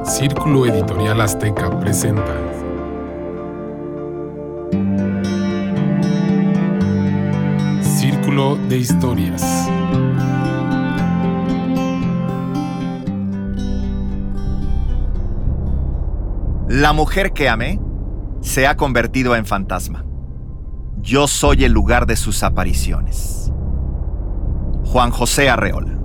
Círculo Editorial Azteca presenta Círculo de Historias. La mujer que amé se ha convertido en fantasma. Yo soy el lugar de sus apariciones. Juan José Arreola.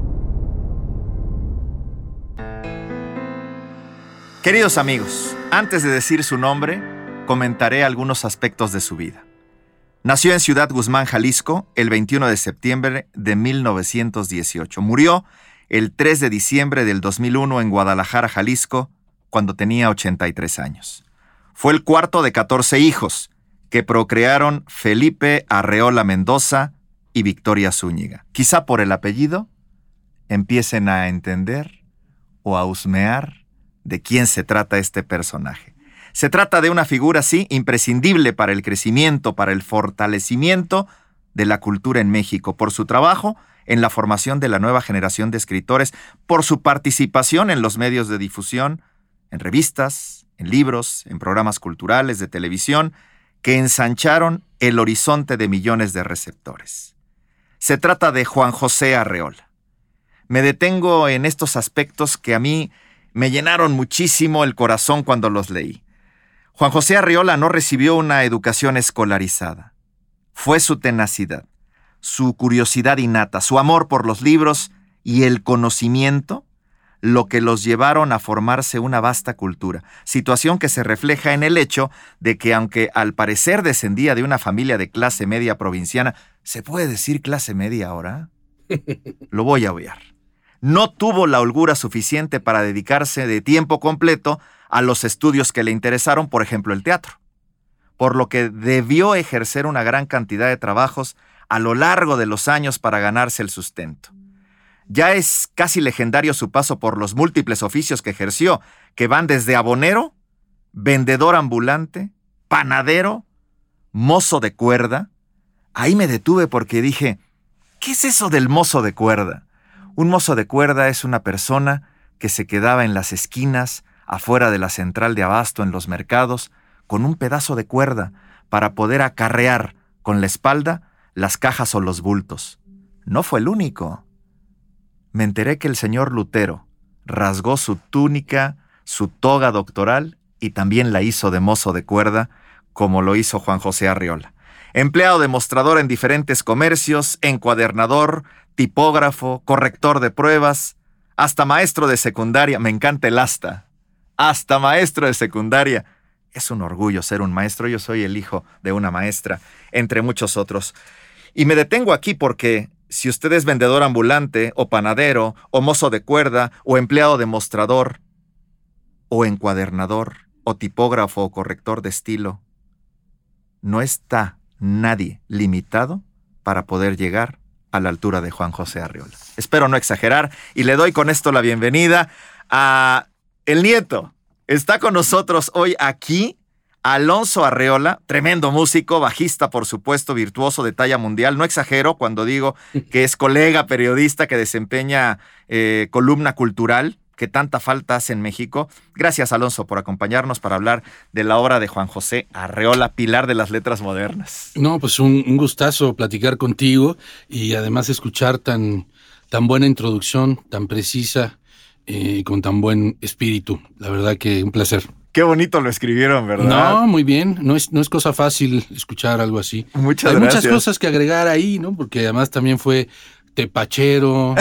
Queridos amigos, antes de decir su nombre, comentaré algunos aspectos de su vida. Nació en Ciudad Guzmán, Jalisco, el 21 de septiembre de 1918. Murió el 3 de diciembre del 2001 en Guadalajara, Jalisco, cuando tenía 83 años. Fue el cuarto de 14 hijos que procrearon Felipe Arreola Mendoza y Victoria Zúñiga. Quizá por el apellido empiecen a entender o a husmear de quién se trata este personaje. Se trata de una figura, sí, imprescindible para el crecimiento, para el fortalecimiento de la cultura en México, por su trabajo en la formación de la nueva generación de escritores, por su participación en los medios de difusión, en revistas, en libros, en programas culturales de televisión, que ensancharon el horizonte de millones de receptores. Se trata de Juan José Arreola. Me detengo en estos aspectos que a mí me llenaron muchísimo el corazón cuando los leí. Juan José Arreola no recibió una educación escolarizada. Fue su tenacidad, su curiosidad innata, su amor por los libros y el conocimiento lo que los llevaron a formarse una vasta cultura, situación que se refleja en el hecho de que, aunque al parecer descendía de una familia de clase media provinciana, ¿se puede decir clase media ahora? Lo voy a obviar. No tuvo la holgura suficiente para dedicarse de tiempo completo a los estudios que le interesaron, por ejemplo, el teatro, por lo que debió ejercer una gran cantidad de trabajos a lo largo de los años para ganarse el sustento. Ya es casi legendario su paso por los múltiples oficios que ejerció, que van desde abonero, vendedor ambulante, panadero, mozo de cuerda. Ahí me detuve porque dije, ¿qué es eso del mozo de cuerda? Un mozo de cuerda es una persona que se quedaba en las esquinas, afuera de la central de abasto en los mercados, con un pedazo de cuerda para poder acarrear con la espalda las cajas o los bultos. No fue el único. Me enteré que el señor Lutero rasgó su túnica, su toga doctoral y también la hizo de mozo de cuerda, como lo hizo Juan José Arreola. Empleado de mostrador en diferentes comercios, encuadernador, tipógrafo, corrector de pruebas, hasta maestro de secundaria. Me encanta el hasta maestro de secundaria. Es un orgullo ser un maestro. Yo soy el hijo de una maestra, entre muchos otros. Y me detengo aquí porque si usted es vendedor ambulante, o panadero, o mozo de cuerda, o empleado de mostrador, o encuadernador, o tipógrafo, o corrector de estilo, no está nadie limitado para poder llegar a la altura de Juan José Arreola. Espero no exagerar y le doy con esto la bienvenida a el nieto. Está con nosotros hoy aquí Alonso Arreola, tremendo músico, bajista, por supuesto, virtuoso de talla mundial. No exagero cuando digo que es colega periodista que desempeña columna cultural, que tanta falta hace en México. Gracias, Alonso, por acompañarnos para hablar de la obra de Juan José Arreola, pilar de las letras modernas. No, pues un gustazo platicar contigo y además escuchar tan buena introducción, tan precisa y con tan buen espíritu. La verdad que un placer. Qué bonito lo escribieron, ¿verdad? No, muy bien. No es cosa fácil escuchar algo así. Muchas gracias. Hay muchas cosas cosas que agregar ahí, ¿no? Porque además también fue tepachero,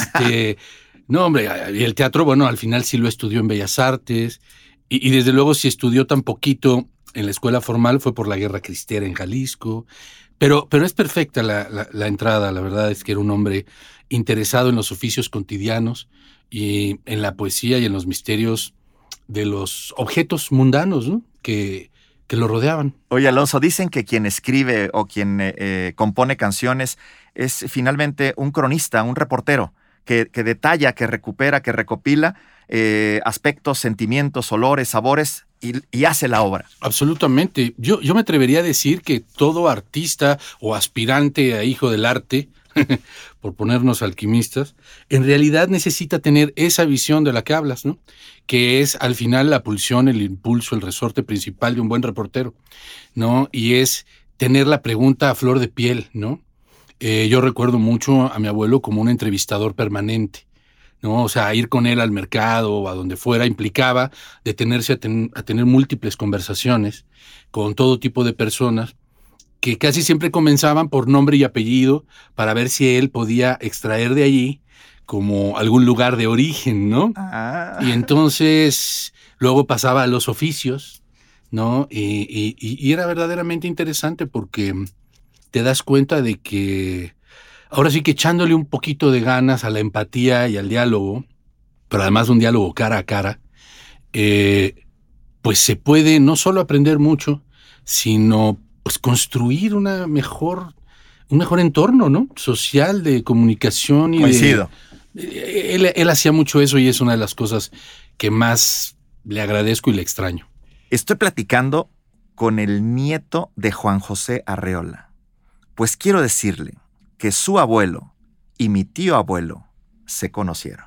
No, hombre, y el teatro, bueno, al final sí lo estudió en Bellas Artes y desde luego si estudió tan poquito en la escuela formal fue por la Guerra Cristera en Jalisco, pero es perfecta la entrada. La verdad es que era un hombre interesado en los oficios cotidianos y en la poesía y en los misterios de los objetos mundanos, ¿no? que lo rodeaban. Oye, Alonso, dicen que quien escribe o quien compone canciones es finalmente un cronista, un reportero, que detalla, que recupera, que recopila aspectos, sentimientos, olores, sabores y hace la obra. Absolutamente. Yo me atrevería a decir que todo artista o aspirante a hijo del arte por ponernos alquimistas, en realidad necesita tener esa visión de la que hablas, ¿no? Que es al final la pulsión, el impulso, el resorte principal de un buen reportero, ¿no? Y es tener la pregunta a flor de piel, ¿no? Yo recuerdo mucho a mi abuelo como un entrevistador permanente, ¿no? O sea, ir con él al mercado o a donde fuera implicaba detenerse a tener múltiples conversaciones con todo tipo de personas que casi siempre comenzaban por nombre y apellido para ver si él podía extraer de allí como algún lugar de origen, ¿no? Y entonces luego pasaba a los oficios, ¿no? Y era verdaderamente interesante porque te das cuenta de que ahora sí que echándole un poquito de ganas a la empatía y al diálogo, pero además un diálogo cara a cara, pues se puede no solo aprender mucho, sino pues construir un mejor entorno, ¿no? Social, de comunicación y Coincido. Él hacía mucho eso y es una de las cosas que más le agradezco y le extraño. Estoy platicando con el nieto de Juan José Arreola. Pues quiero decirle que su abuelo y mi tío abuelo se conocieron.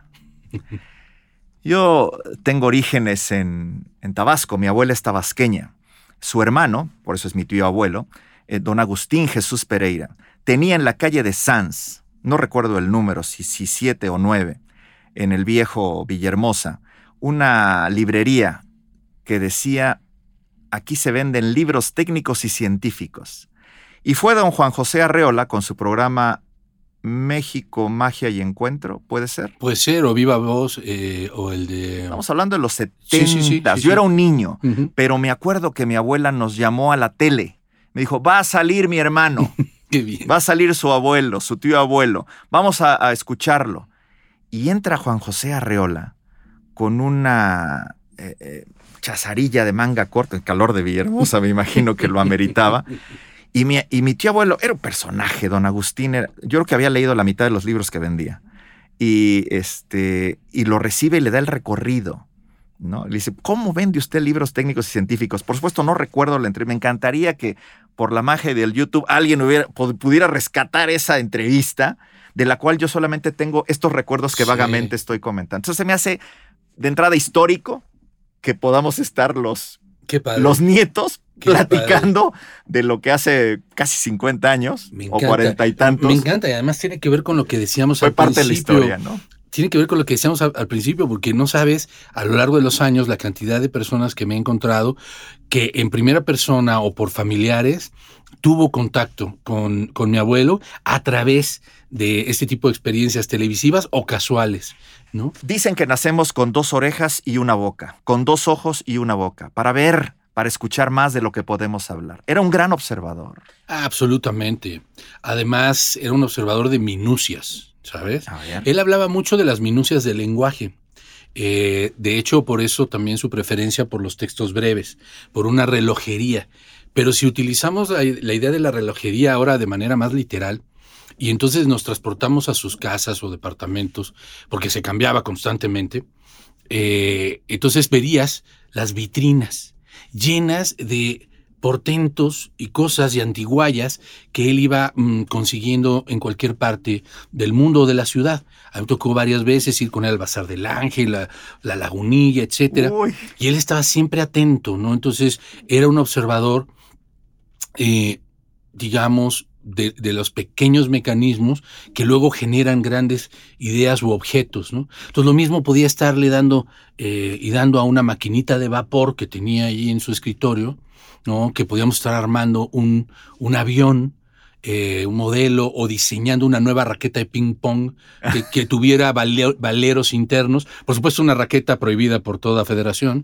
Yo tengo orígenes en Tabasco, mi abuela es tabasqueña. Su hermano, por eso es mi tío abuelo, don Agustín Jesús Pereira, tenía en la calle de Sanz, no recuerdo el número, si 7 o 9, en el viejo Villahermosa, una librería que decía: aquí se venden libros técnicos y científicos. Y fue don Juan José Arreola con su programa México, Magia y Encuentro, ¿puede ser? Puede ser, o Viva Voz, o el de... Estamos hablando de los 70. Sí, Yo era un niño, Uh-huh. pero me acuerdo que mi abuela nos llamó a la tele. Me dijo: va a salir mi hermano, Qué bien. va a salir su abuelo, su tío abuelo, vamos a escucharlo. Y entra Juan José Arreola con una chazarilla de manga corta, el calor de Villahermosa, me imagino que lo ameritaba. Y mi tío abuelo era un personaje, don Agustín. Yo creo que había leído la mitad de los libros que vendía. Y lo recibe y le da el recorrido, ¿no? Le dice: ¿cómo vende usted libros técnicos y científicos? Por supuesto, no recuerdo la entrevista. Me encantaría que por la magia del YouTube alguien pudiera rescatar esa entrevista, de la cual yo solamente tengo estos recuerdos que vagamente estoy comentando. Entonces se me hace de entrada histórico que podamos estar los nietos platicando de lo que hace casi 50 años o 40 y tantos. Me encanta, y además tiene que ver con lo que decíamos al principio. Fue parte de la historia, ¿no? Tiene que ver con lo que decíamos al principio, porque no sabes a lo largo de los años la cantidad de personas que me he encontrado que en primera persona o por familiares tuvo contacto con mi abuelo a través de este tipo de experiencias televisivas o casuales, ¿no? Dicen que nacemos con 2 orejas y una boca, con 2 ojos y una boca, para ver, para escuchar más de lo que podemos hablar. Era un gran observador. Absolutamente. Además, era un observador de minucias, ¿sabes? Él hablaba mucho de las minucias del lenguaje. De hecho, por eso también su preferencia por los textos breves, por una relojería. Pero si utilizamos la idea de la relojería ahora de manera más literal, y entonces nos transportamos a sus casas o departamentos, porque se cambiaba constantemente, entonces verías las vitrinas llenas de portentos y cosas y antiguallas que él iba consiguiendo en cualquier parte del mundo o de la ciudad. A mí me tocó varias veces ir con él al Bazar del Ángel, la Lagunilla, etcétera. Uy. Y él estaba siempre atento, ¿no? Entonces era un observador, digamos, de los pequeños mecanismos que luego generan grandes ideas u objetos, ¿no? Entonces lo mismo podía estarle dando a una maquinita de vapor que tenía allí en su escritorio, ¿no? Que podíamos estar armando un avión, un modelo, o diseñando una nueva raqueta de ping pong que tuviera valeros internos. Por supuesto, una raqueta prohibida por toda federación.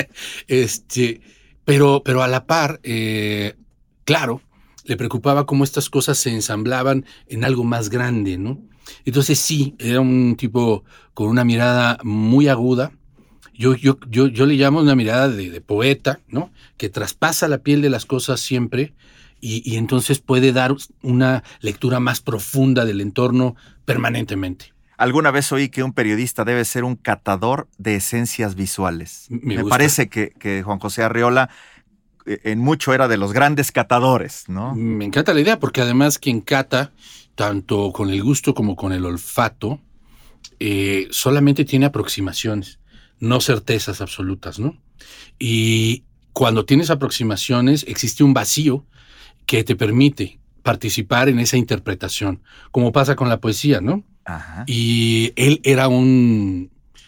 Pero a la par, claro, le preocupaba cómo estas cosas se ensamblaban en algo más grande, ¿no? Entonces sí, era un tipo con una mirada muy aguda. Yo le llamo una mirada de poeta, ¿no? Que traspasa la piel de las cosas siempre y entonces puede dar una lectura más profunda del entorno permanentemente. Alguna vez oí que un periodista debe ser un catador de esencias visuales. Me parece que Juan José Arreola en mucho era de los grandes catadores, ¿no? Me encanta la idea, porque además quien cata, tanto con el gusto como con el olfato, solamente tiene aproximaciones, no certezas absolutas, ¿no? Y cuando tienes aproximaciones, existe un vacío que te permite participar en esa interpretación, como pasa con la poesía, ¿no? Ajá. Y él era un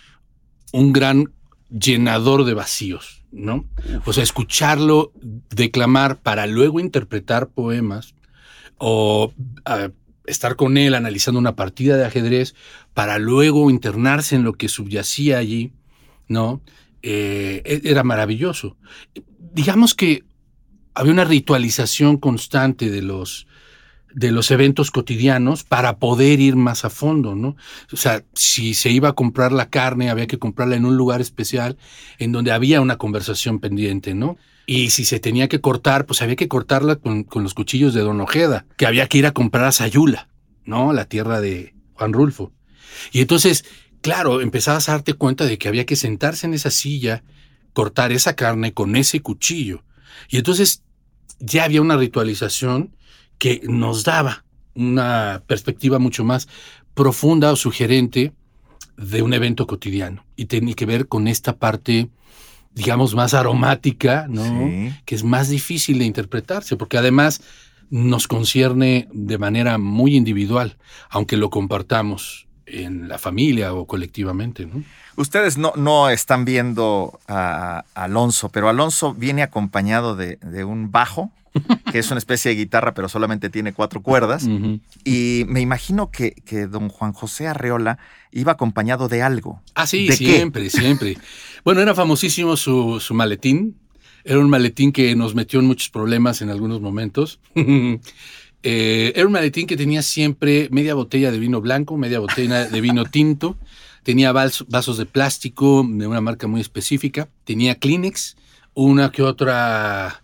gran llenador de vacíos, ¿no? O sea, escucharlo declamar para luego interpretar poemas o estar con él analizando una partida de ajedrez para luego internarse en lo que subyacía allí, ¿no? Era maravilloso. Digamos que había una ritualización constante de los eventos cotidianos para poder ir más a fondo, ¿no? O sea, si se iba a comprar la carne, había que comprarla en un lugar especial en donde había una conversación pendiente, ¿no? Y si se tenía que cortar, pues había que cortarla con los cuchillos de Don Ojeda, que había que ir a comprar a Sayula, ¿no? La tierra de Juan Rulfo. Y entonces, claro, empezabas a darte cuenta de que había que sentarse en esa silla, cortar esa carne con ese cuchillo. Y entonces ya había una ritualización que nos daba una perspectiva mucho más profunda o sugerente de un evento cotidiano. Y tenía que ver con esta parte, digamos, más aromática, ¿no? Sí. Que es más difícil de interpretarse, porque además nos concierne de manera muy individual, aunque lo compartamos en la familia o colectivamente, ¿no? Ustedes no están viendo a Alonso, pero Alonso viene acompañado de un bajo, que es una especie de guitarra, pero solamente tiene 4 cuerdas. Uh-huh. Y me imagino que don Juan José Arreola iba acompañado de algo. Ah, sí, ¿De siempre, siempre. Bueno, era famosísimo su maletín. Era un maletín que nos metió en muchos problemas en algunos momentos. Era un maletín que tenía siempre media botella de vino blanco, media botella de vino tinto. Tenía vasos de plástico de una marca muy específica. Tenía Kleenex, una que otra,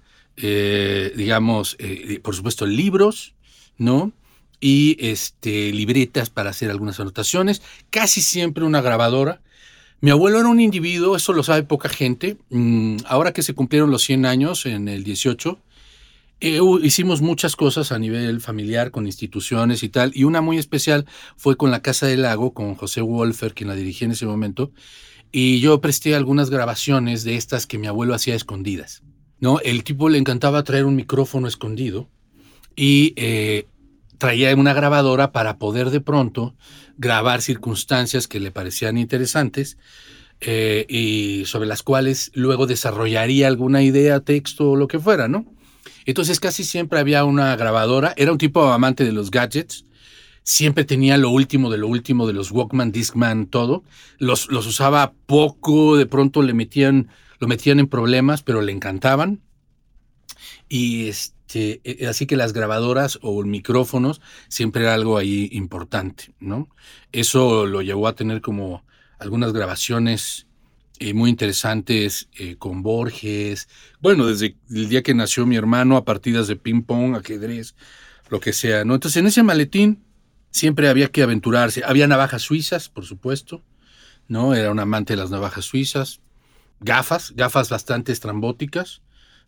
por supuesto, libros, ¿no? Y libretas para hacer algunas anotaciones. Casi siempre una grabadora. Mi abuelo era un individuo, eso lo sabe poca gente. Ahora que se cumplieron los 100 años, en el 18, hicimos muchas cosas a nivel familiar, con instituciones y tal, y una muy especial fue con la Casa del Lago, con José Wolfer, quien la dirigía en ese momento, y yo presté algunas grabaciones de estas que mi abuelo hacía escondidas, ¿no? El tipo le encantaba traer un micrófono escondido y traía una grabadora para poder de pronto grabar circunstancias que le parecían interesantes y sobre las cuales luego desarrollaría alguna idea, texto o lo que fuera, ¿no? Entonces casi siempre había una grabadora. Era un tipo amante de los gadgets. Siempre tenía lo último de los Walkman, Discman, todo. Los usaba poco, de pronto lo metían en problemas, pero le encantaban. Y así que las grabadoras o micrófonos siempre era algo ahí importante, ¿no? Eso lo llevó a tener como algunas grabaciones muy interesantes con Borges. Bueno, desde el día que nació mi hermano, a partidas de ping-pong, ajedrez, lo que sea, ¿no? Entonces en ese maletín siempre había que aventurarse. Había navajas suizas, por supuesto, ¿no? Era un amante de las navajas suizas. Gafas bastante estrambóticas.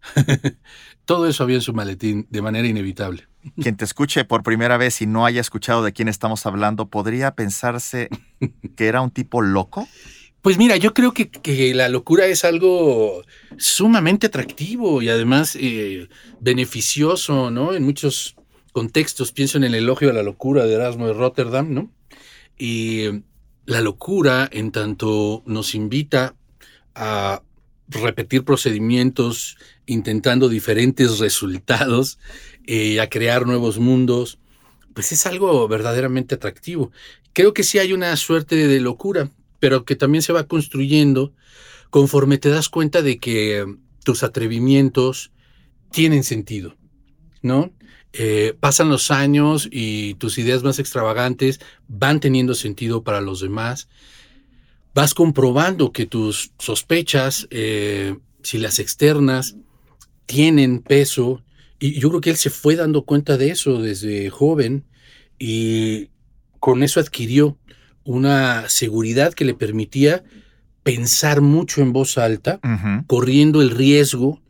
Todo eso había en su maletín de manera inevitable. Quien te escuche por primera vez y no haya escuchado de quién estamos hablando, ¿podría pensarse que era un tipo loco? Pues mira, yo creo que la locura es algo sumamente atractivo y además beneficioso, ¿no? En muchos contextos. Pienso en el elogio a la locura de Erasmo de Rotterdam, ¿no? Y la locura, en tanto nos invita a repetir procedimientos intentando diferentes resultados, a crear nuevos mundos, pues es algo verdaderamente atractivo. Creo que sí hay una suerte de locura, pero que también se va construyendo conforme te das cuenta de que tus atrevimientos tienen sentido, ¿no? Pasan los años y tus ideas más extravagantes van teniendo sentido para los demás. Vas comprobando que tus sospechas, si las externas, tienen peso. Y yo creo que él se fue dando cuenta de eso desde joven y con eso adquirió una seguridad que le permitía pensar mucho en voz alta, Uh-huh. corriendo el riesgo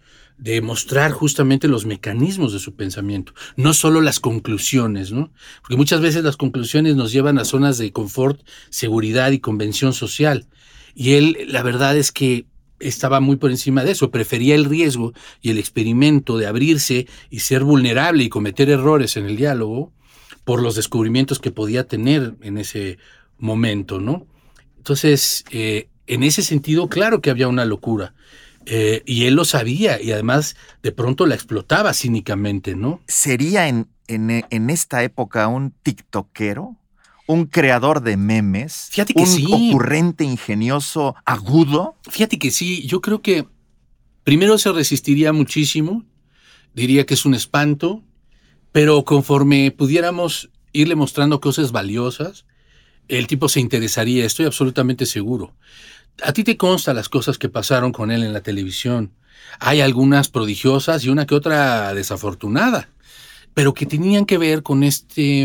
de mostrar justamente los mecanismos de su pensamiento, no solo las conclusiones, ¿no? Porque muchas veces las conclusiones nos llevan a zonas de confort, seguridad y convención social. Y él, la verdad es que estaba muy por encima de eso, prefería el riesgo y el experimento de abrirse y ser vulnerable y cometer errores en el diálogo por los descubrimientos que podía tener en ese momento, ¿no? Entonces, en ese sentido, claro que había una locura. Y él lo sabía y además de pronto la explotaba cínicamente, ¿no? ¿Sería en esta época un tiktokero? ¿Un creador de memes? Fíjate que sí. ¿Un ocurrente, ingenioso, agudo? Fíjate que sí. Yo creo que primero se resistiría muchísimo, diría que es un espanto, pero conforme pudiéramos irle mostrando cosas valiosas, el tipo se interesaría, estoy absolutamente seguro. A ti te consta las cosas que pasaron con él en la televisión. Hay algunas prodigiosas y una que otra desafortunada, pero que tenían que ver con este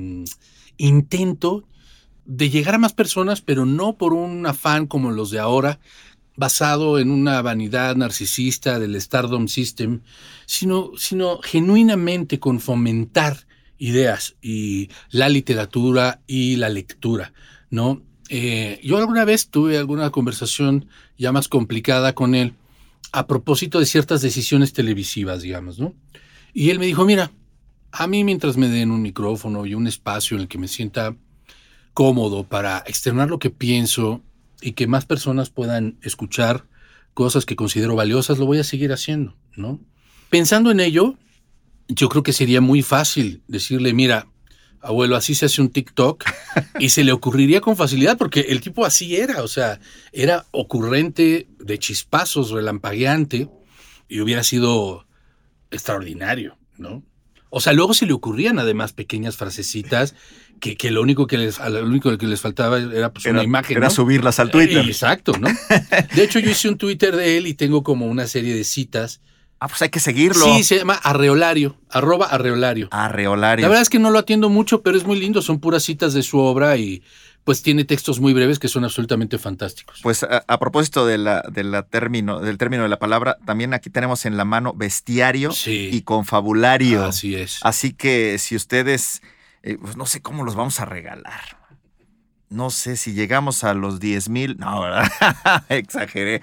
intento de llegar a más personas, pero no por un afán como los de ahora, basado en una vanidad narcisista del Stardom System, sino genuinamente con fomentar ideas y la literatura y la lectura, ¿no? Yo alguna vez tuve alguna conversación ya más complicada con él a propósito de ciertas decisiones televisivas, digamos, ¿no? Y él me dijo, mira, a mí mientras me den un micrófono y un espacio en el que me sienta cómodo para externar lo que pienso y que más personas puedan escuchar cosas que considero valiosas, lo voy a seguir haciendo, ¿no? Pensando en ello, yo creo que sería muy fácil decirle, mira, abuelo, así se hace un TikTok, y se le ocurriría con facilidad, porque el tipo así era, o sea, era ocurrente, de chispazos, relampagueante, y hubiera sido extraordinario, ¿no? O sea, luego se le ocurrían además pequeñas frasecitas que lo único que les faltaba era pues una imagen, era, ¿no? subirlas al Twitter. Exacto, ¿no? De hecho, yo hice un Twitter de él y tengo como una serie de citas. Ah, pues hay que seguirlo. Sí, se llama Arreolario, @Arreolario. Arreolario. La verdad es que no lo atiendo mucho, pero es muy lindo, son puras citas de su obra y pues tiene textos muy breves que son absolutamente fantásticos. Pues a propósito del término de la palabra, también aquí tenemos en la mano bestiario y confabulario. Así es. Así que si ustedes, pues no sé cómo los vamos a regalar. No sé si llegamos a los 10,000. No, ¿verdad? Exageré.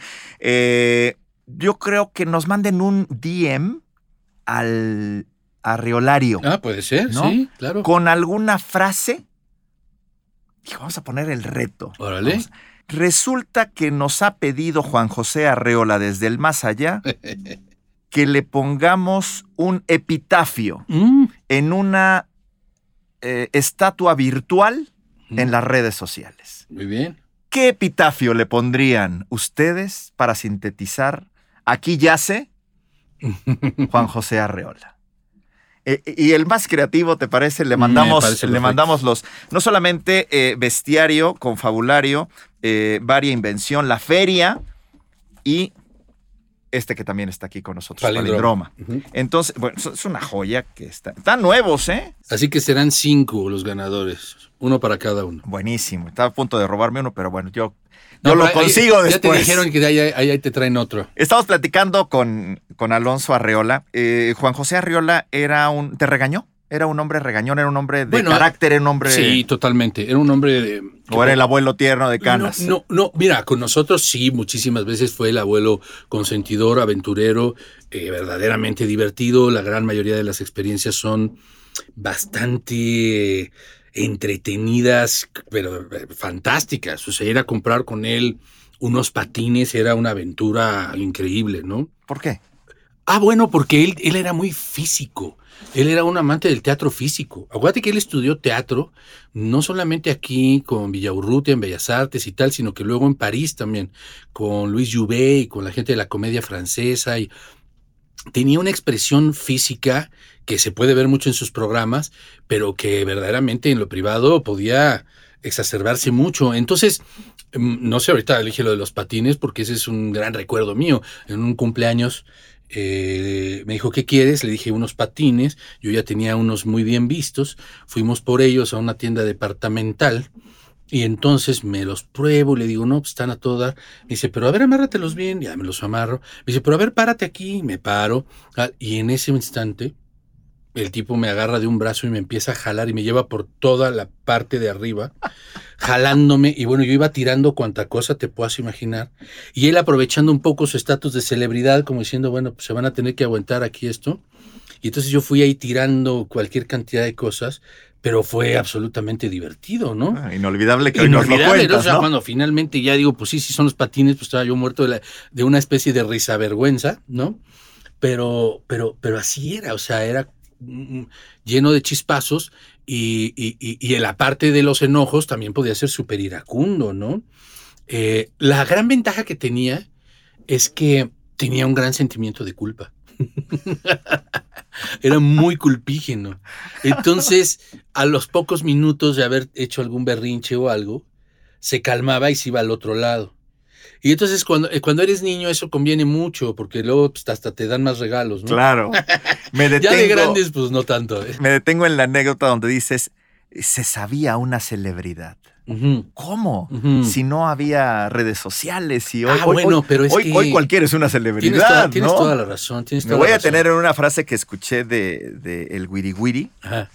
Yo creo que nos manden un DM al Arreolario. Ah, puede ser, ¿no? Sí, claro. Con alguna frase. Y vamos a poner el reto. Órale. Resulta que nos ha pedido Juan José Arreola desde el más allá que le pongamos un epitafio en una estatua virtual en las redes sociales. Muy bien. ¿Qué epitafio le pondrían ustedes para sintetizar Aquí yace Juan José Arreola? Y el más creativo, ¿te parece? Le mandamos los, no solamente bestiario, confabulario, varia invención, la feria y este que también está aquí con nosotros, Palindroma. Entonces, bueno, es una joya que están nuevos, ¿eh? Así que serán 5 los ganadores, uno para cada uno. Buenísimo. Estaba a punto de robarme uno, pero bueno, yo lo consigo después. Ya te dijeron que ahí te traen otro. Estamos platicando con Alonso Arreola. Juan José Arreola ¿te regañó? ¿Era un hombre regañón? ¿Era un hombre de carácter? ¿Era un hombre...? Sí, totalmente. Era un hombre ¿O era el abuelo tierno de Canas? No. Mira, con nosotros sí, muchísimas veces fue el abuelo consentidor, aventurero, verdaderamente divertido. La gran mayoría de las experiencias son bastante entretenidas, pero fantásticas. O sea, ir a comprar con él unos patines era una aventura increíble, ¿no? ¿Por qué? Bueno, porque él era muy físico. Él era un amante del teatro físico. Acuérdate que él estudió teatro, no solamente aquí con Villaurrutia en Bellas Artes y tal, sino que luego en París también, con Louis Jouvet y con la gente de la comedia francesa. Y tenía una expresión física que se puede ver mucho en sus programas, pero que verdaderamente en lo privado podía exacerbarse mucho. Entonces, no sé, ahorita elige lo de los patines porque ese es un gran recuerdo mío. En un cumpleaños me dijo, ¿qué quieres? Le dije, unos patines. Yo ya tenía unos muy bien vistos. Fuimos por ellos a una tienda departamental Y entonces me los pruebo y le digo, no, pues están a todo dar. Me dice, pero a ver, amárratelos bien. Ya me los amarro. Me dice, pero a ver, párate aquí. Me paro. Y en ese instante, el tipo me agarra de un brazo y me empieza a jalar y me lleva por toda la parte de arriba, jalándome. Y bueno, yo iba tirando cuanta cosa te puedas imaginar. Y él aprovechando un poco su estatus de celebridad, como diciendo, bueno, pues se van a tener que aguantar aquí esto. Y entonces yo fui ahí tirando cualquier cantidad de cosas, pero fue absolutamente divertido, ¿no? Inolvidable que hoy nos lo cuentas, ¿no? O sea, ¿no? cuando finalmente ya digo, pues sí son los patines, pues estaba yo muerto de una especie de risavergüenza, ¿no? Pero así era, o sea, era lleno de chispazos y en la parte de los enojos también podía ser súper iracundo, ¿no? La gran ventaja que tenía es que tenía un gran sentimiento de culpa. Era muy culpígeno. Entonces, a los pocos minutos de haber hecho algún berrinche o algo, se calmaba y se iba al otro lado. Y entonces cuando eres niño eso conviene mucho, porque luego pues, hasta te dan más regalos, ¿no? Claro. Ya de grandes, pues no tanto. Me detengo en la anécdota donde dices, se sabía una celebridad. Uh-huh. ¿Cómo? Uh-huh. Si no había redes sociales y hoy, hoy cualquiera es una celebridad. Tienes ¿no? toda la razón. Me voy a tener en una frase que escuché de el Wiri Wiri,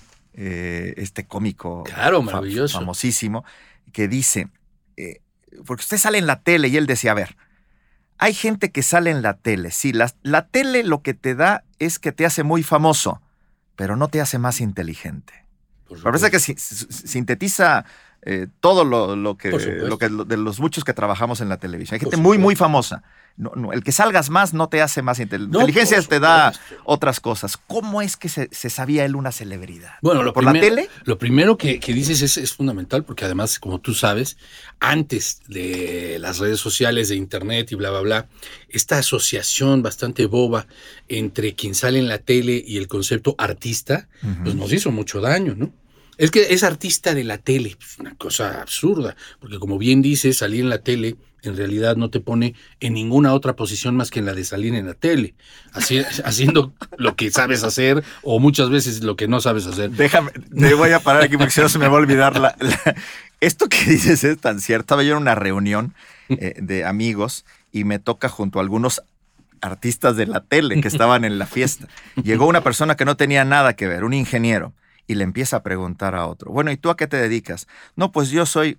este cómico maravilloso. famosísimo, que dice, porque usted sale en la tele, y él decía, a ver, hay gente que sale en la tele, sí, la tele lo que te da es que te hace muy famoso, pero no te hace más inteligente. Me parece que sintetiza todo lo que de los muchos que trabajamos en la televisión. Hay gente muy famosa. No, el que salgas más no te hace más inteligente. Inteligencia te da otras cosas. ¿Cómo es que se sabía él una celebridad? Bueno, ¿Por la tele? Lo primero que dices es fundamental, porque además, como tú sabes, antes de las redes sociales, de internet y bla, bla, bla, esta asociación bastante boba entre quien sale en la tele y el concepto artista, pues nos hizo mucho daño, ¿no? Es que es artista de la tele, pues una cosa absurda, porque como bien dices, salir en la tele en realidad no te pone en ninguna otra posición más que en la de salir en la tele, haciendo lo que sabes hacer o muchas veces lo que no sabes hacer. Déjame, me voy a parar aquí porque si no se me va a olvidar. Esto que dices es tan cierto. Estaba yo en una reunión de amigos y me toca junto a algunos artistas de la tele que estaban en la fiesta. Llegó una persona que no tenía nada que ver, un ingeniero. Y le empieza a preguntar a otro, bueno, ¿y tú a qué te dedicas? No, pues yo soy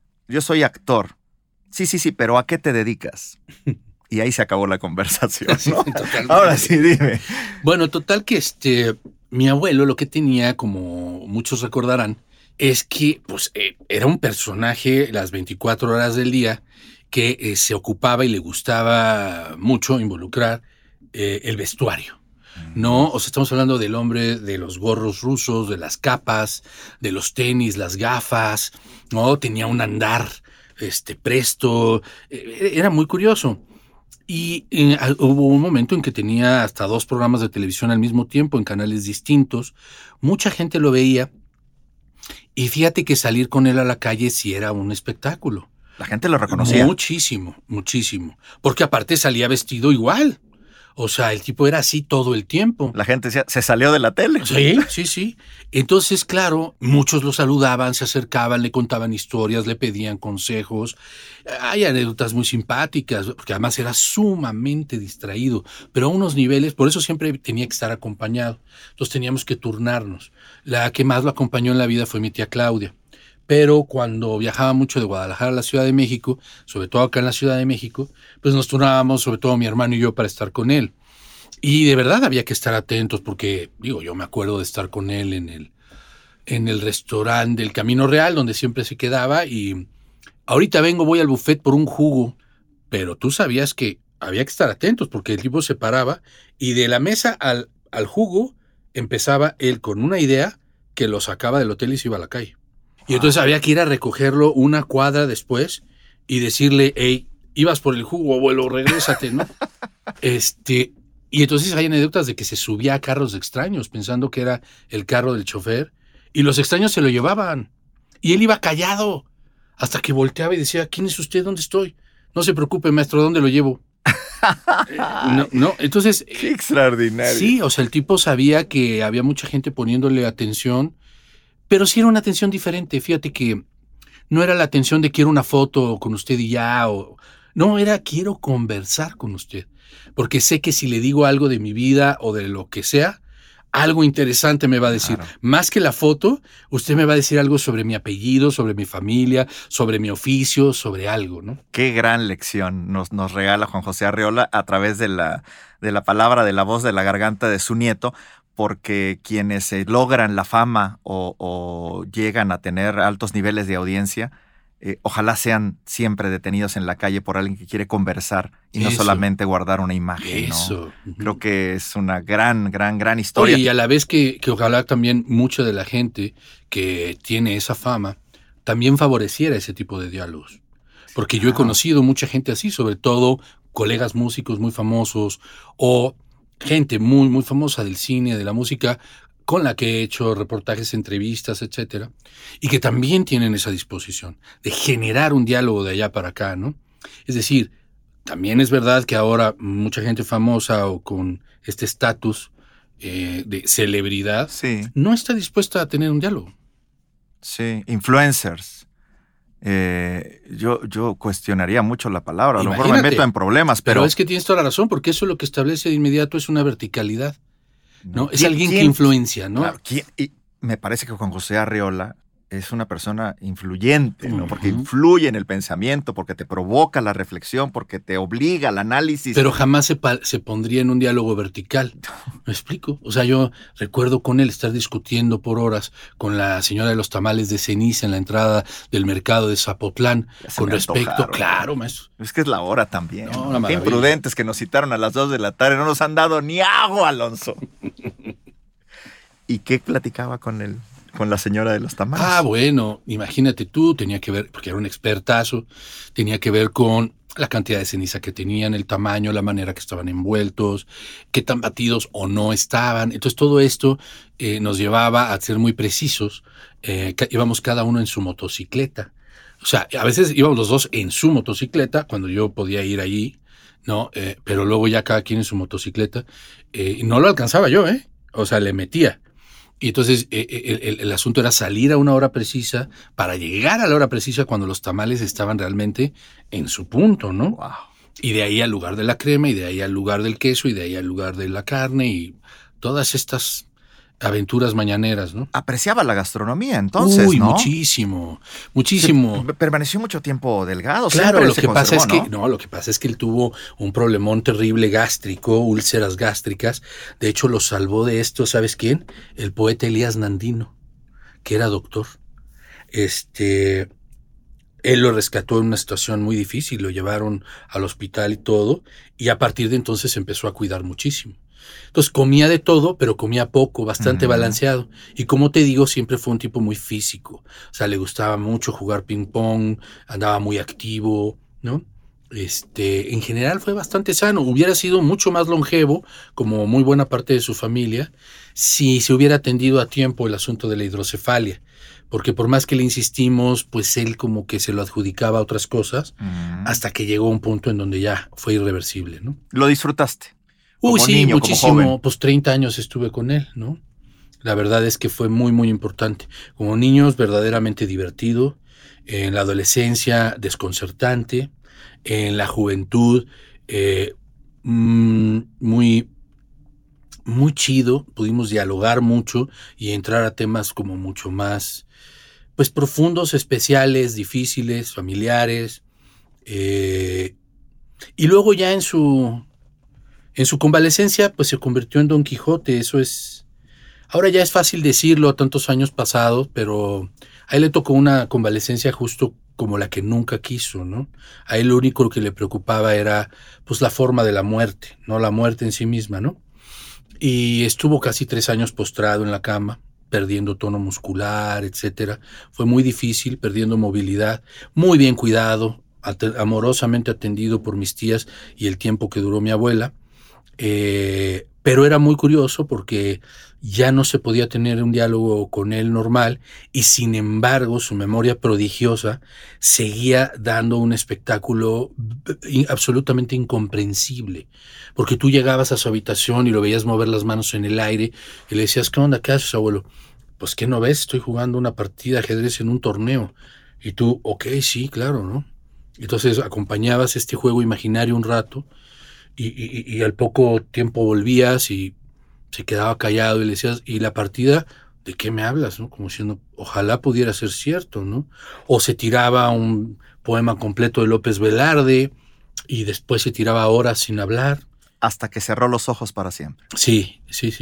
actor. Sí, pero ¿a qué te dedicas? Y ahí se acabó la conversación, ¿no? Sí, ahora sí, dime. Bueno, total que mi abuelo lo que tenía, como muchos recordarán, es que pues, era un personaje las 24 horas del día que se ocupaba y le gustaba mucho involucrar el vestuario. No, o sea, estamos hablando del hombre de los gorros rusos, de las capas, de los tenis, las gafas, ¿no? Tenía un andar presto, era muy curioso. Y hubo un momento en que tenía hasta 2 programas de televisión al mismo tiempo en canales distintos. Mucha gente lo veía y fíjate que salir con él a la calle sí era un espectáculo. La gente lo reconocía. Muchísimo, porque aparte salía vestido igual. O sea, el tipo era así todo el tiempo. La gente se salió de la tele. Sí. Entonces, claro, muchos lo saludaban, se acercaban, le contaban historias, le pedían consejos. Hay anécdotas muy simpáticas, porque además era sumamente distraído, pero a unos niveles, por eso siempre tenía que estar acompañado. Entonces teníamos que turnarnos. La que más lo acompañó en la vida fue mi tía Claudia. Pero cuando viajaba mucho de Guadalajara a la Ciudad de México, sobre todo acá en la Ciudad de México, pues nos turnábamos, sobre todo mi hermano y yo, para estar con él. Y de verdad había que estar atentos porque, yo me acuerdo de estar con él en el restaurante del Camino Real, donde siempre se quedaba, y ahorita voy al buffet por un jugo, pero tú sabías que había que estar atentos porque el tipo se paraba y de la mesa al jugo empezaba él con una idea que lo sacaba del hotel y se iba a la calle. Y entonces había que ir a recogerlo una cuadra después y decirle, hey, ibas por el jugo, abuelo, regrésate, ¿no? Y entonces hay anécdotas de que se subía a carros extraños pensando que era el carro del chofer y los extraños se lo llevaban y él iba callado hasta que volteaba y decía, ¿quién es usted? ¿Dónde estoy? No se preocupe, maestro, ¿dónde lo llevo? Entonces... Qué extraordinario. Sí, o sea, el tipo sabía que había mucha gente poniéndole atención, pero sí era una atención diferente. Fíjate que no era la atención de quiero una foto con usted y ya, no, era quiero conversar con usted, porque sé que si le digo algo de mi vida o de lo que sea, algo interesante me va a decir. Claro. Más que la foto, usted me va a decir algo sobre mi apellido, sobre mi familia, sobre mi oficio, sobre algo, ¿no? Qué gran lección nos regala Juan José Arreola a través de la palabra, de la voz, de la garganta de su nieto, porque quienes logran la fama o llegan a tener altos niveles de audiencia, ojalá sean siempre detenidos en la calle por alguien que quiere conversar y no solamente guardar una imagen, Eso. ¿no? Creo que es una gran historia. Oye, y a la vez que ojalá también mucha de la gente que tiene esa fama también favoreciera ese tipo de diálogos. Porque yo he conocido mucha gente así, sobre todo colegas músicos muy famosos o gente muy, muy famosa del cine, de la música, con la que he hecho reportajes, entrevistas, etcétera, y que también tienen esa disposición de generar un diálogo de allá para acá, ¿no? Es decir, también es verdad que ahora mucha gente famosa o con este estatus de celebridad no está dispuesta a tener un diálogo. Sí, influencers. Yo cuestionaría mucho la palabra, a lo mejor me meto en problemas, pero es que tienes toda la razón, porque eso lo que establece de inmediato es una verticalidad. ¿No? Es alguien que influencia, ¿no? Claro, y me parece que Juan José Arreola es una persona influyente, ¿no? Porque influye en el pensamiento, porque te provoca la reflexión, porque te obliga al análisis. Pero jamás se pondría en un diálogo vertical. ¿Me explico? O sea, yo recuerdo con él estar discutiendo por horas con la señora de los tamales de ceniza en la entrada del mercado de Zapotlán con respecto, claro, maestro. Es que es la hora también. No, qué imprudentes que nos citaron a las 2 de la tarde, no nos han dado ni agua, Alonso. ¿Y qué platicaba con él? Con la señora de los tamales. Bueno, imagínate tú, tenía que ver, porque era un expertazo, tenía que ver con la cantidad de ceniza que tenían, el tamaño, la manera que estaban envueltos, qué tan batidos o no estaban. Entonces todo esto nos llevaba a ser muy precisos. Íbamos cada uno en su motocicleta. O sea, a veces íbamos los dos en su motocicleta, cuando yo podía ir allí, ¿no? Pero luego ya cada quien en su motocicleta. Y no lo alcanzaba yo, O sea, le metía. Y entonces el asunto era salir a una hora precisa para llegar a la hora precisa cuando los tamales estaban realmente en su punto, ¿no? Wow. Y de ahí al lugar de la crema, y de ahí al lugar del queso, y de ahí al lugar de la carne, y todas estas aventuras mañaneras, ¿no? Apreciaba la gastronomía, entonces, ¿no? Muchísimo. Permaneció mucho tiempo delgado. Claro, lo que pasa es que él tuvo un problemón terrible gástrico, úlceras gástricas. De hecho, lo salvó de esto, ¿sabes quién? El poeta Elías Nandino, que era doctor. Él lo rescató en una situación muy difícil, lo llevaron al hospital y todo, y a partir de entonces empezó a cuidar muchísimo. Entonces comía de todo, pero comía poco, bastante balanceado. Y como te digo, siempre fue un tipo muy físico. O sea, le gustaba mucho jugar ping pong, andaba muy activo, ¿no? En general fue bastante sano. Hubiera sido mucho más longevo, como muy buena parte de su familia, si se hubiera atendido a tiempo el asunto de la hidrocefalia. Porque por más que le insistimos, pues él como que se lo adjudicaba a otras cosas, hasta que llegó a un punto en donde ya fue irreversible, ¿no? ¿Lo disfrutaste? Sí, niño, muchísimo. Pues 30 años estuve con él, ¿no? La verdad es que fue muy, muy importante. Como niño es verdaderamente divertido, en la adolescencia desconcertante, en la juventud muy, muy chido. Pudimos dialogar mucho y entrar a temas como mucho más, pues profundos, especiales, difíciles, familiares. Y luego ya en su convalecencia, pues se convirtió en Don Quijote. Eso es, ahora ya es fácil decirlo a tantos años pasados, pero a él le tocó una convalecencia justo como la que nunca quiso, ¿no? A él lo único que le preocupaba era, pues, la forma de la muerte, no la muerte en sí misma, ¿no? Y estuvo casi 3 años postrado en la cama, perdiendo tono muscular, etcétera. Fue muy difícil, perdiendo movilidad, muy bien cuidado, amorosamente atendido por mis tías y el tiempo que duró mi abuela. Pero era muy curioso porque ya no se podía tener un diálogo con él normal, y sin embargo su memoria prodigiosa seguía dando un espectáculo absolutamente incomprensible, porque tú llegabas a su habitación y lo veías mover las manos en el aire y le decías, ¿qué onda? ¿Qué haces, abuelo? Pues, ¿qué no ves? Estoy jugando una partida de ajedrez en un torneo. Y tú, ok, sí, claro, ¿no? Entonces acompañabas este juego imaginario un rato y al poco tiempo volvías y se quedaba callado y le decías, ¿y la partida? ¿De qué me hablas? ¿No? Como diciendo, ojalá pudiera ser cierto, ¿no? O se tiraba un poema completo de López Velarde y después se tiraba horas sin hablar. Hasta que cerró los ojos para siempre. Sí.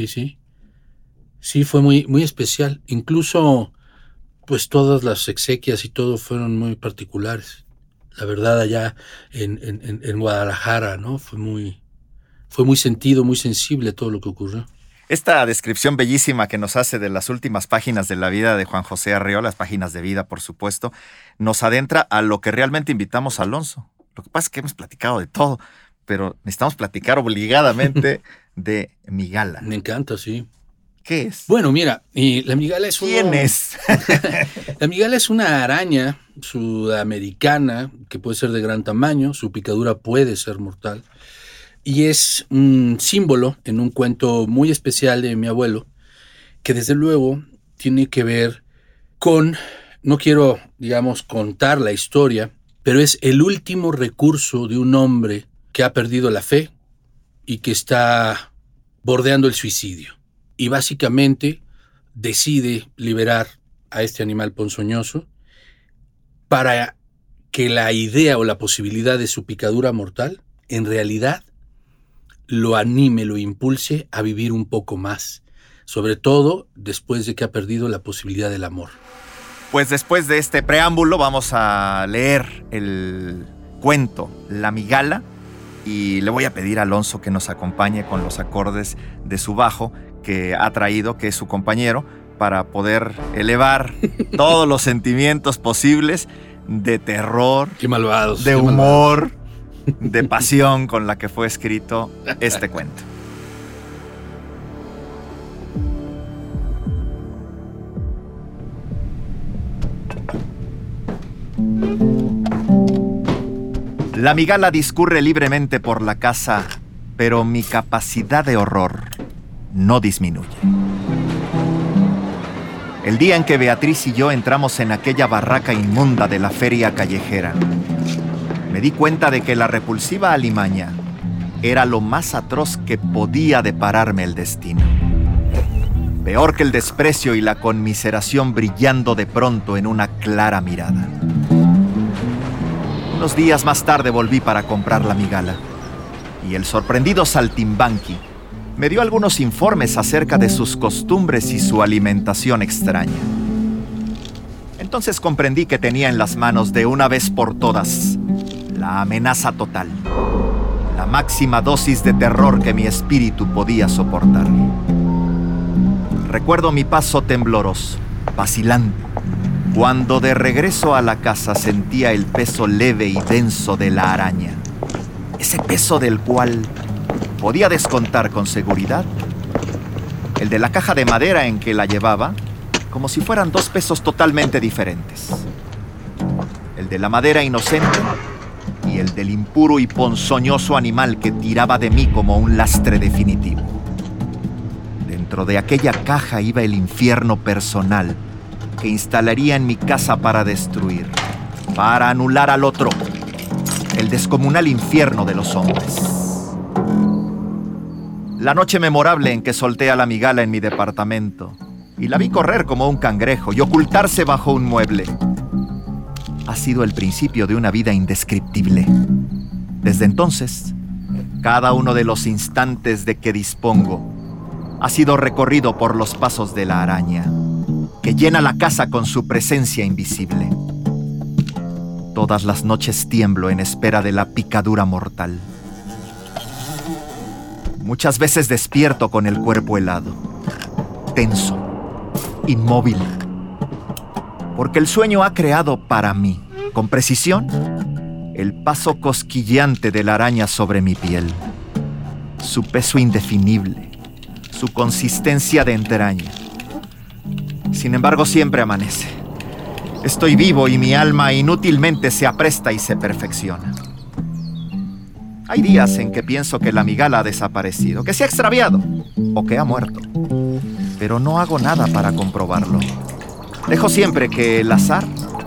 Sí, fue muy, muy especial. Incluso, pues todas las exequias y todo fueron muy particulares. La verdad, allá en Guadalajara, ¿no? Fue muy sentido, muy sensible todo lo que ocurrió. Esta descripción bellísima que nos hace de las últimas páginas de la vida de Juan José Arreola, las páginas de vida, por supuesto, nos adentra a lo que realmente invitamos a Alonso. Lo que pasa es que hemos platicado de todo, pero necesitamos platicar obligadamente de Migala. Me encanta, sí. ¿Qué es? Bueno, mira, y la migala es ¿Quién es? La migala es una araña sudamericana que puede ser de gran tamaño, su picadura puede ser mortal, y es un símbolo en un cuento muy especial de mi abuelo, que desde luego tiene que ver con, no quiero, digamos, contar la historia, pero es el último recurso de un hombre que ha perdido la fe y que está bordeando el suicidio. Y básicamente decide liberar a este animal ponzoñoso para que la idea o la posibilidad de su picadura mortal en realidad lo anime, lo impulse a vivir un poco más, sobre todo después de que ha perdido la posibilidad del amor. Pues después de este preámbulo vamos a leer el cuento La Migala y le voy a pedir a Alonso que nos acompañe con los acordes de su bajo que ha traído, que es su compañero, para poder elevar todos los sentimientos posibles de terror, qué malvados, de qué humor, malvados. De pasión con la que fue escrito este cuento. La migala discurre libremente por la casa, pero mi capacidad de horror no disminuye. El día en que Beatriz y yo entramos en aquella barraca inmunda de la feria callejera, me di cuenta de que la repulsiva alimaña era lo más atroz que podía depararme el destino. Peor que el desprecio y la conmiseración brillando de pronto en una clara mirada. Unos días más tarde volví para comprar la migala, y el sorprendido saltimbanqui me dio algunos informes acerca de sus costumbres y su alimentación extraña. Entonces comprendí que tenía en las manos de una vez por todas la amenaza total, la máxima dosis de terror que mi espíritu podía soportar. Recuerdo mi paso tembloroso, vacilante, cuando de regreso a la casa sentía el peso leve y denso de la araña, ese peso del cual podía descontar con seguridad el de la caja de madera en que la llevaba, como si fueran dos pesos totalmente diferentes. El de la madera inocente y el del impuro y ponzoñoso animal que tiraba de mí como un lastre definitivo. Dentro de aquella caja iba el infierno personal que instalaría en mi casa para destruir, para anular al otro, el descomunal infierno de los hombres. La noche memorable en que solté a la migala en mi departamento y la vi correr como un cangrejo y ocultarse bajo un mueble ha sido el principio de una vida indescriptible. Desde entonces, cada uno de los instantes de que dispongo ha sido recorrido por los pasos de la araña, que llena la casa con su presencia invisible. Todas las noches tiemblo en espera de la picadura mortal. Muchas veces despierto con el cuerpo helado, tenso, inmóvil, porque el sueño ha creado para mí, con precisión, el paso cosquilleante de la araña sobre mi piel, su peso indefinible, su consistencia de entraña. Sin embargo, siempre amanece. Estoy vivo y mi alma inútilmente se apresta y se perfecciona. Hay días en que pienso que la migala ha desaparecido, que se ha extraviado o que ha muerto, pero no hago nada para comprobarlo. Dejo siempre que el azar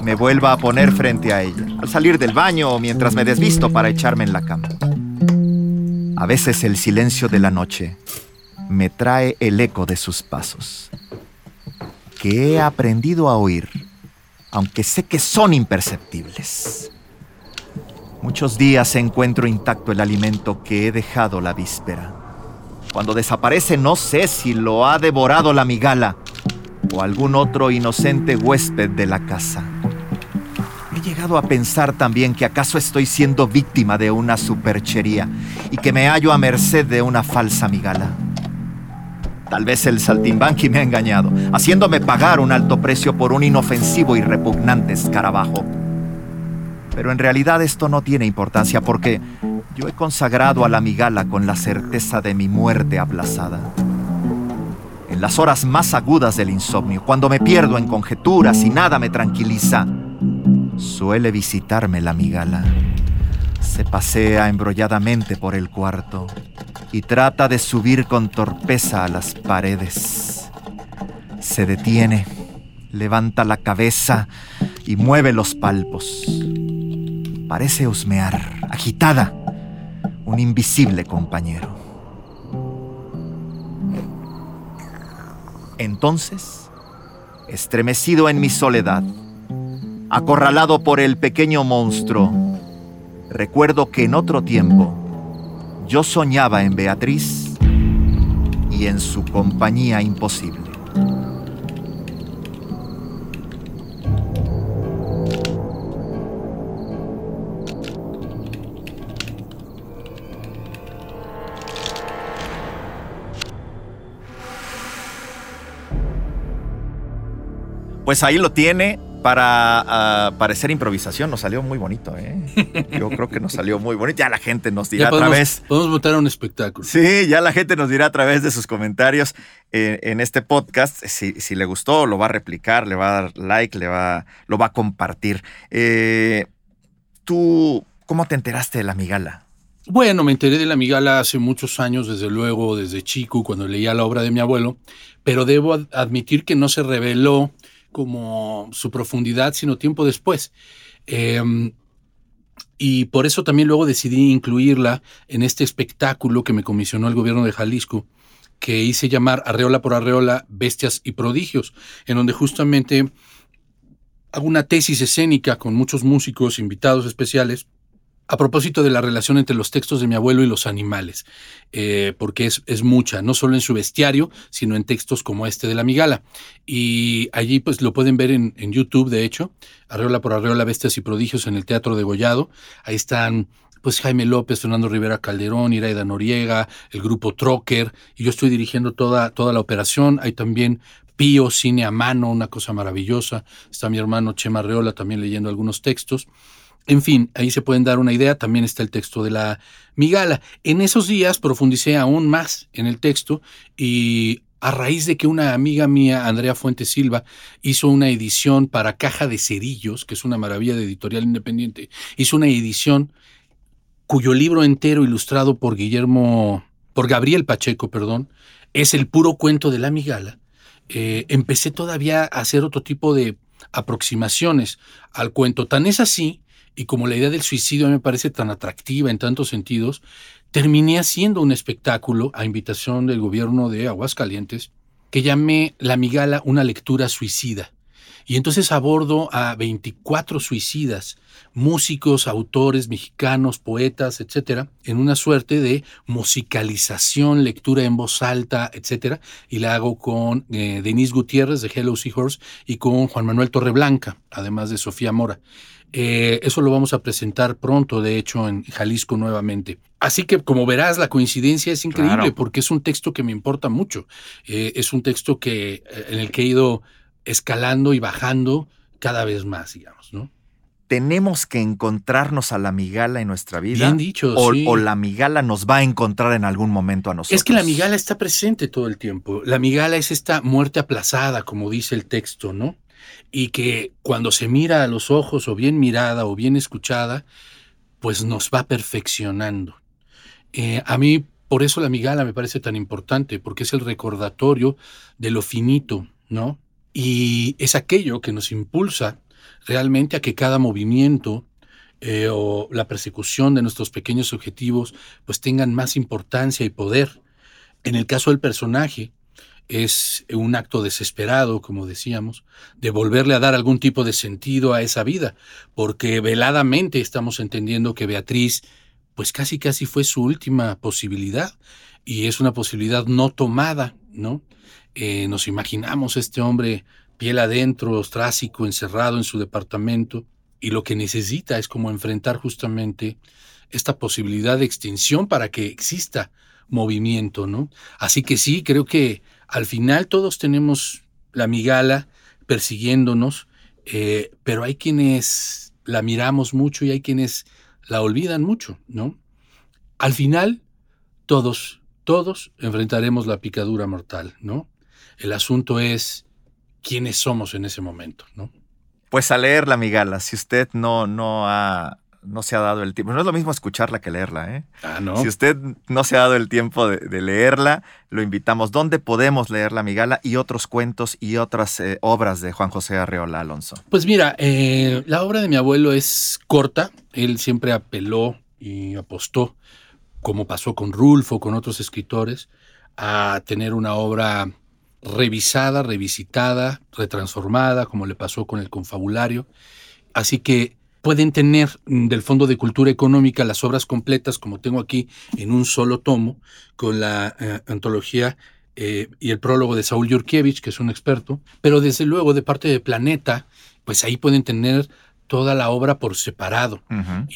me vuelva a poner frente a ella, al salir del baño o mientras me desvisto para echarme en la cama. A veces el silencio de la noche me trae el eco de sus pasos, que he aprendido a oír, aunque sé que son imperceptibles. Muchos días encuentro intacto el alimento que he dejado la víspera. Cuando desaparece no sé si lo ha devorado la migala o algún otro inocente huésped de la casa. He llegado a pensar también que acaso estoy siendo víctima de una superchería y que me hallo a merced de una falsa migala. Tal vez el saltimbanqui me ha engañado, haciéndome pagar un alto precio por un inofensivo y repugnante escarabajo. Pero en realidad esto no tiene importancia porque yo he consagrado a la migala con la certeza de mi muerte aplazada. En las horas más agudas del insomnio, cuando me pierdo en conjeturas y nada me tranquiliza, suele visitarme la migala. Se pasea embrolladamente por el cuarto y trata de subir con torpeza a las paredes. Se detiene, levanta la cabeza y mueve los palpos. Parece husmear, agitada, un invisible compañero. Entonces, estremecido en mi soledad, acorralado por el pequeño monstruo, recuerdo que en otro tiempo yo soñaba en Beatriz y en su compañía imposible. Pues ahí lo tiene. Para parecer improvisación nos salió muy bonito, ¿eh? Yo creo que nos salió muy bonito. Ya la gente nos dirá a través... Podemos montar un espectáculo. Sí, ya la gente nos dirá a través de sus comentarios en este podcast si le gustó, lo va a replicar, le va a dar like, lo va a compartir. ¿Tú cómo te enteraste de la migala? Bueno, me enteré de la migala hace muchos años, desde luego, desde chico, cuando leía la obra de mi abuelo, pero debo admitir que no se reveló como su profundidad, sino tiempo después. Y por eso también luego decidí incluirla en este espectáculo que me comisionó el gobierno de Jalisco, que hice llamar Arreola por Arreola, Bestias y Prodigios, en donde justamente hago una tesis escénica con muchos músicos, invitados especiales, a propósito de la relación entre los textos de mi abuelo y los animales, porque es mucha, no solo en su bestiario, sino en textos como este de la migala. Y allí pues lo pueden ver en YouTube, de hecho, Arreola por Arreola, Bestias y Prodigios en el Teatro Degollado. Ahí están pues Jaime López, Fernando Rivera Calderón, Iraida Noriega, el grupo Trocker, y yo estoy dirigiendo toda la operación. Hay también Pío, cine a mano, una cosa maravillosa. Está mi hermano Chema Arreola también leyendo algunos textos. En fin, ahí se pueden dar una idea. También está el texto de la migala. En esos días profundicé aún más en el texto y a raíz de que una amiga mía, Andrea Fuentes Silva, hizo una edición para Caja de Cerillos, que es una maravilla de editorial independiente, hizo una edición cuyo libro entero, ilustrado por Gabriel Pacheco, es el puro cuento de la migala. Empecé todavía a hacer otro tipo de aproximaciones al cuento. Tan es así, y como la idea del suicidio a mí me parece tan atractiva en tantos sentidos, terminé haciendo un espectáculo a invitación del gobierno de Aguascalientes que llamé La migala, una lectura suicida. Y entonces abordo a 24 suicidas, músicos, autores mexicanos, poetas, etcétera, en una suerte de musicalización, lectura en voz alta, etcétera, y la hago con Denise Gutiérrez de Hello Seahorse y con Juan Manuel Torreblanca, además de Sofía Mora. Eso lo vamos a presentar pronto, de hecho, en Jalisco nuevamente. Así que, como verás, la coincidencia es increíble, claro, porque es un texto que me importa mucho. Es un texto en el que he ido escalando y bajando cada vez más, digamos, ¿no? ¿Tenemos que encontrarnos a la migala en nuestra vida? Bien dicho, sí. ¿O la migala nos va a encontrar en algún momento a nosotros? Es que la migala está presente todo el tiempo. La migala es esta muerte aplazada, como dice el texto, ¿no? Y que cuando se mira a los ojos, o bien mirada o bien escuchada, pues nos va perfeccionando. A mí, por eso la migala me parece tan importante, porque es el recordatorio de lo finito, ¿no? Y es aquello que nos impulsa realmente a que cada movimiento o la persecución de nuestros pequeños objetivos pues tengan más importancia y poder. En el caso del personaje, es un acto desesperado, como decíamos, de volverle a dar algún tipo de sentido a esa vida, porque veladamente estamos entendiendo que Beatriz, pues casi fue su última posibilidad, y es una posibilidad no tomada, ¿no? Nos imaginamos este hombre piel adentro, ostrácico, encerrado en su departamento, y lo que necesita es como enfrentar justamente esta posibilidad de extinción para que exista movimiento, ¿no? Así que sí, creo que al final todos tenemos la amígdala persiguiéndonos, pero hay quienes la miramos mucho y hay quienes la olvidan mucho, ¿no? Al final, todos enfrentaremos la picadura mortal, ¿no? El asunto es quiénes somos en ese momento, ¿no? Pues a leer la migala, si usted no se ha dado el tiempo. No es lo mismo escucharla que leerla, ¿eh? Ah, ¿no? Si usted no se ha dado el tiempo de leerla, lo invitamos. ¿Dónde podemos leer la migala y otros cuentos y otras obras de Juan José Arreola Alonso? Pues mira, la obra de mi abuelo es corta. Él siempre apeló y apostó, como pasó con Rulfo, con otros escritores, a tener una obra revisada, revisitada, retransformada, como le pasó con el Confabulario. Así que pueden tener del Fondo de Cultura Económica las obras completas, como tengo aquí, en un solo tomo, con la antología y el prólogo de Saúl Yurkiewicz, que es un experto, pero desde luego de parte de Planeta, pues ahí pueden tener toda la obra por separado. Uh-huh.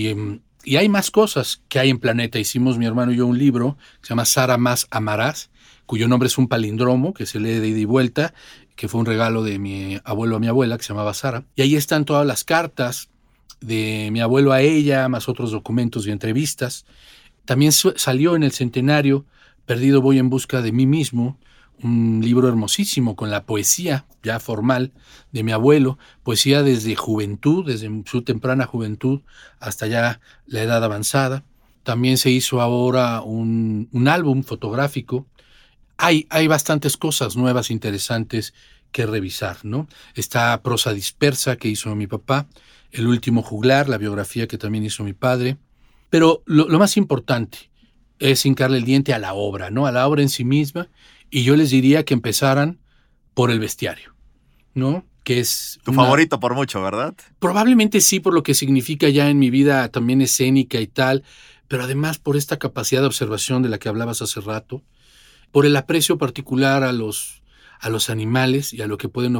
Y hay más cosas que hay en Planeta. Hicimos mi hermano y yo un libro que se llama Sara Más Amarás, cuyo nombre es un palíndromo que se lee de ida y vuelta, que fue un regalo de mi abuelo a mi abuela, que se llamaba Sara. Y ahí están todas las cartas de mi abuelo a ella, más otros documentos y entrevistas. También salió en el centenario Perdido voy en busca de mí mismo, un libro hermosísimo con la poesía ya formal de mi abuelo, poesía desde juventud, desde su temprana juventud hasta ya la edad avanzada. También se hizo ahora un álbum fotográfico. Hay bastantes cosas nuevas, interesantes que revisar, ¿no? Está Prosa dispersa, que hizo mi papá, El último juglar, la biografía que también hizo mi padre. Pero lo más importante es hincarle el diente a la obra, ¿no? A la obra en sí misma. Y yo les diría que empezaran por el bestiario, ¿no? Que es tu favorito por mucho, ¿verdad? Probablemente sí, por lo que significa ya en mi vida también escénica y tal, pero además por esta capacidad de observación de la que hablabas hace rato, por el aprecio particular a los animales y a lo que pueden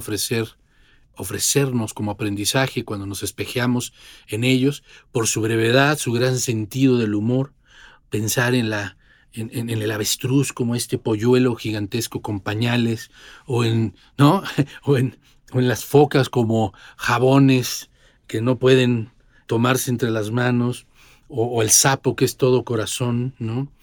ofrecernos como aprendizaje cuando nos espejeamos en ellos, por su brevedad, su gran sentido del humor, pensar en el avestruz como este polluelo gigantesco con pañales, ¿no? o en las focas como jabones que no pueden tomarse entre las manos, o el sapo que es todo corazón, ¿no?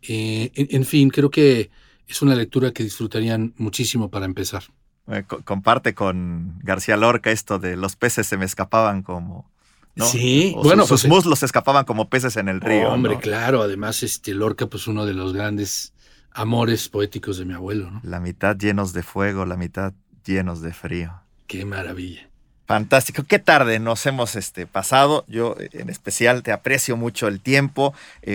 En fin, creo que es una lectura que disfrutarían muchísimo para empezar. Comparte con García Lorca esto de los peces se me escapaban como... ¿no? Sí, o bueno, sus muslos se escapaban como peces en el río. Hombre, ¿no? claro, además Lorca, pues uno de los grandes amores poéticos de mi abuelo, ¿no? La mitad llenos de fuego, la mitad llenos de frío. Qué maravilla. Fantástico. Qué tarde nos hemos pasado. Yo en especial te aprecio mucho el tiempo,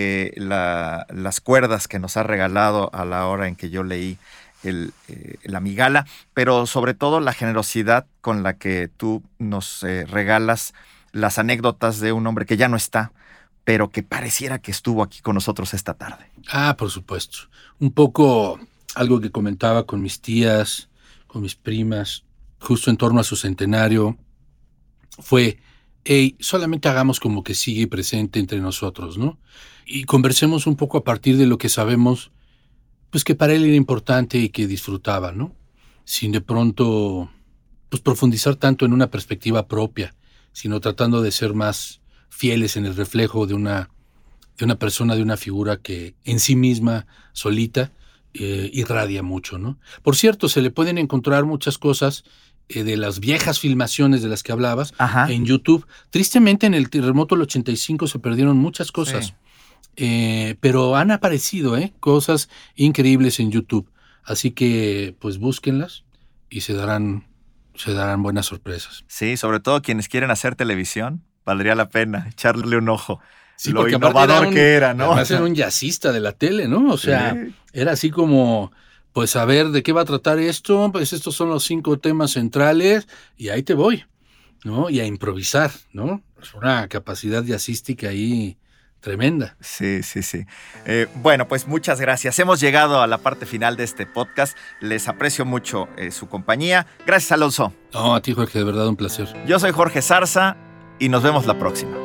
las cuerdas que nos has regalado a la hora en que yo leí la migala, pero sobre todo la generosidad con la que tú nos regalas las anécdotas de un hombre que ya no está, pero que pareciera que estuvo aquí con nosotros esta tarde. Ah, por supuesto. Un poco algo que comentaba con mis tías, con mis primas, justo en torno a su centenario, fue, hey, solamente hagamos como que sigue presente entre nosotros, ¿no? Y conversemos un poco a partir de lo que sabemos, pues que para él era importante y que disfrutaba, ¿no? Sin de pronto, pues profundizar tanto en una perspectiva propia, sino tratando de ser más fieles en el reflejo de una persona, de una figura que en sí misma, solita, irradia mucho, ¿no? Por cierto, se le pueden encontrar muchas cosas de las viejas filmaciones de las que hablabas. Ajá. En YouTube. Tristemente, en el terremoto del 85 se perdieron muchas cosas, sí. Pero han aparecido cosas increíbles en YouTube. Así que, pues, búsquenlas y se darán se darán buenas sorpresas. Sí, sobre todo quienes quieren hacer televisión, valdría la pena echarle un ojo. Sí, lo porque innovador que era, ¿no? Además era un jazzista de la tele, ¿no? O sea, Sí. era así como, pues a ver, ¿de qué va a tratar esto? Pues estos son los 5 temas centrales y ahí te voy, ¿no? Y a improvisar, ¿no? Es una capacidad jazzística ahí tremenda. Sí. Bueno, pues muchas gracias. Hemos llegado a la parte final de este podcast. Les aprecio mucho su compañía. Gracias, Alonso. No, a ti, Jorge, de verdad un placer. Yo soy Jorge Zarza y nos vemos la próxima.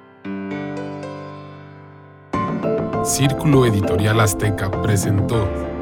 Círculo Editorial Azteca presentó